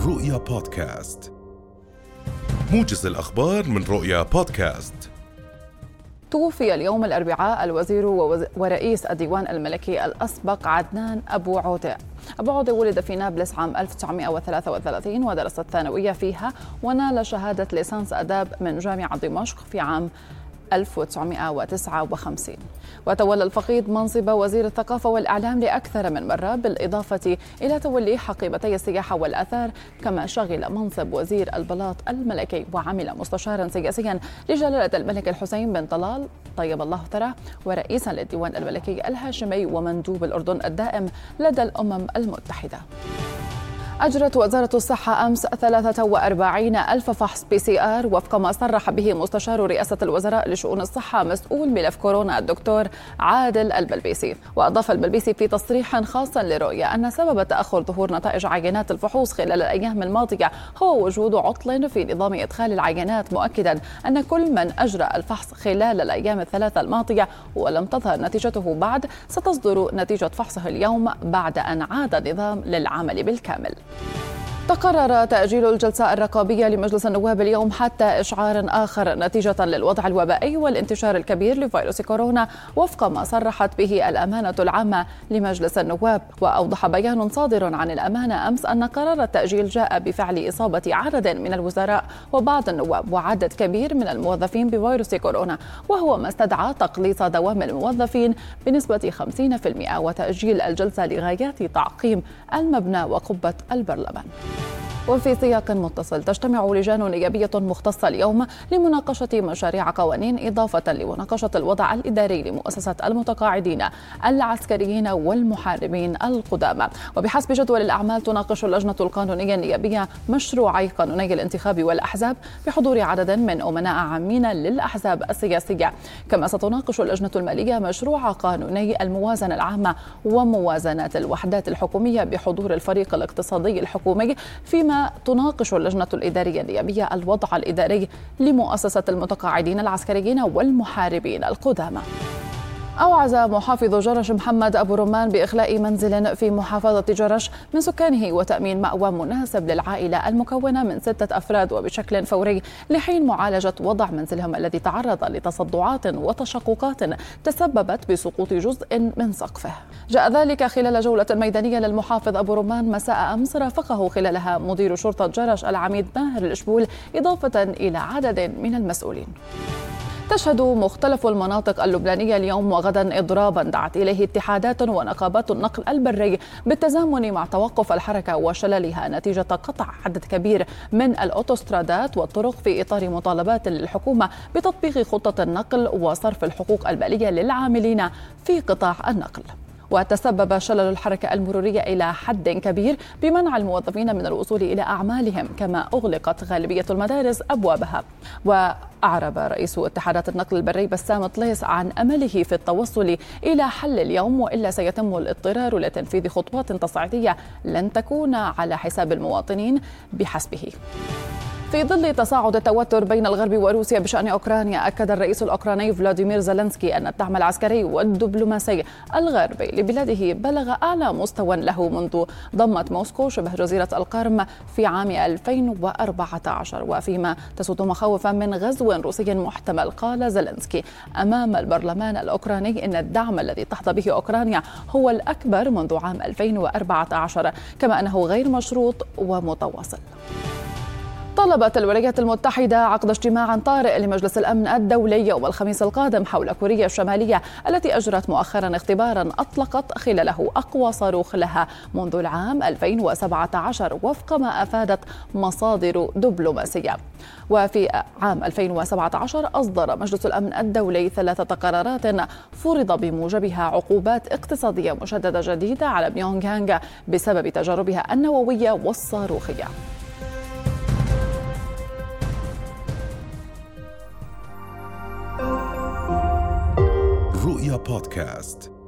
رؤيا بودكاست، موجز الأخبار من رؤيا بودكاست. توفي اليوم الأربعاء الوزير ورئيس الديوان الملكي الأسبق عدنان أبو عودة. أبو عودة ولد في نابلس عام 1933 ودرس الثانوية فيها، ونال شهادة ليسانس آداب من جامعة دمشق في عام 1959. وتولى الفقيد منصب وزير الثقافة والإعلام لأكثر من مرة، بالإضافة إلى تولي حقيبتي السياحة والآثار، كما شغل منصب وزير البلاط الملكي، وعمل مستشارا سياسيا لجلالة الملك الحسين بن طلال طيب الله ثراه، ورئيسا للديوان الملكي الهاشمي، ومندوب الأردن الدائم لدى الأمم المتحدة. أجرت وزارة الصحة أمس 43 ألف فحص PCR وفق ما صرح به مستشار رئاسة الوزراء لشؤون الصحة مسؤول ملف كورونا الدكتور عادل البلبيسي. وأضاف البلبيسي في تصريح خاص لرؤيا أن سبب تأخر ظهور نتائج عينات الفحوص خلال الأيام الماضية هو وجود عطل في نظام إدخال العينات، مؤكدا أن كل من أجرى الفحص خلال الأيام الثلاثة الماضية ولم تظهر نتيجته بعد ستصدر نتيجة فحصه اليوم بعد أن عاد النظام للعمل بالكامل. تقرر تأجيل الجلسة الرقابية لمجلس النواب اليوم حتى إشعار آخر، نتيجة للوضع الوبائي والانتشار الكبير لفيروس كورونا، وفق ما صرحت به الأمانة العامة لمجلس النواب. وأوضح بيان صادر عن الأمانة أمس أن قرار التأجيل جاء بفعل إصابة عدد من الوزراء وبعض النواب وعدد كبير من الموظفين بفيروس كورونا، وهو ما استدعى تقليص دوام الموظفين بنسبة 50% وتأجيل الجلسة لغاية تعقيم المبنى وقبة البرلمان. وفي سياق متصل، تجتمع لجان نيابية مختصة اليوم لمناقشة مشاريع قوانين، إضافة لمناقشة الوضع الإداري لمؤسسة المتقاعدين العسكريين والمحاربين القدامى. وبحسب جدول الأعمال، تناقش اللجنة القانونية النيابية مشروعي قانوني الانتخاب والأحزاب بحضور عدد من أمناء عامين للأحزاب السياسية. كما ستناقش اللجنة المالية مشروع قانوني الموازنة العامة وموازنات الوحدات الحكومية بحضور الفريق الاقتصادي الحكومي، فيما تناقش اللجنة الإدارية النيابية الوضع الإداري لمؤسسة المتقاعدين العسكريين والمحاربين القدامى. أوعز محافظ جرش محمد أبو رمان بإخلاء منزل في محافظة جرش من سكانه وتأمين مأوى مناسب للعائلة المكونة من 6 أفراد وبشكل فوري، لحين معالجة وضع منزلهم الذي تعرض لتصدعات وتشققات تسببت بسقوط جزء من سقفه. جاء ذلك خلال جولة ميدانية للمحافظ أبو رمان مساء أمس، رافقه خلالها مدير شرطة جرش العميد ماهر الإشبول، إضافة إلى عدد من المسؤولين. تشهد مختلف المناطق اللبنانية اليوم وغدا إضرابا دعت إليه اتحادات ونقابات النقل البري بالتزامن مع توقف الحركة وشللها نتيجة قطع عدد كبير من الأوتوسترادات والطرق في إطار مطالبات للحكومة بتطبيق خطة النقل وصرف الحقوق المالية للعاملين في قطاع النقل. وتسبب شلل الحركة المرورية إلى حد كبير بمنع الموظفين من الوصول إلى أعمالهم، كما أغلقت غالبية المدارس أبوابها. وأعرب رئيس اتحادات النقل البري بسام طليس عن أمله في التوصل إلى حل اليوم، وإلا سيتم الاضطرار لتنفيذ خطوات تصعيدية لن تكون على حساب المواطنين بحسبه. في ظل تصاعد التوتر بين الغرب وروسيا بشأن أوكرانيا، أكد الرئيس الأوكراني فلاديمير زيلينسكي أن الدعم العسكري والدبلوماسي الغربي لبلاده بلغ أعلى مستوى له منذ ضمت موسكو شبه جزيرة القرم في عام 2014، وفيما تسود مخاوف من غزو روسي محتمل. قال زيلينسكي أمام البرلمان الأوكراني إن الدعم الذي تحظى به أوكرانيا هو الأكبر منذ عام 2014، كما أنه غير مشروط ومتواصل. طلبت الولايات المتحدة عقد اجتماع طارئ لمجلس الأمن الدولي يوم الخميس القادم حول كوريا الشمالية، التي أجرت مؤخرا اختبارا أطلقت خلاله أقوى صاروخ لها منذ العام 2017 وفق ما أفادت مصادر دبلوماسية. وفي عام 2017 أصدر مجلس الأمن الدولي 3 قرارات فرض بموجبها عقوبات اقتصادية مشددة جديدة على بيونغ يانغ بسبب تجاربها النووية والصاروخية. رؤيا بودكاست.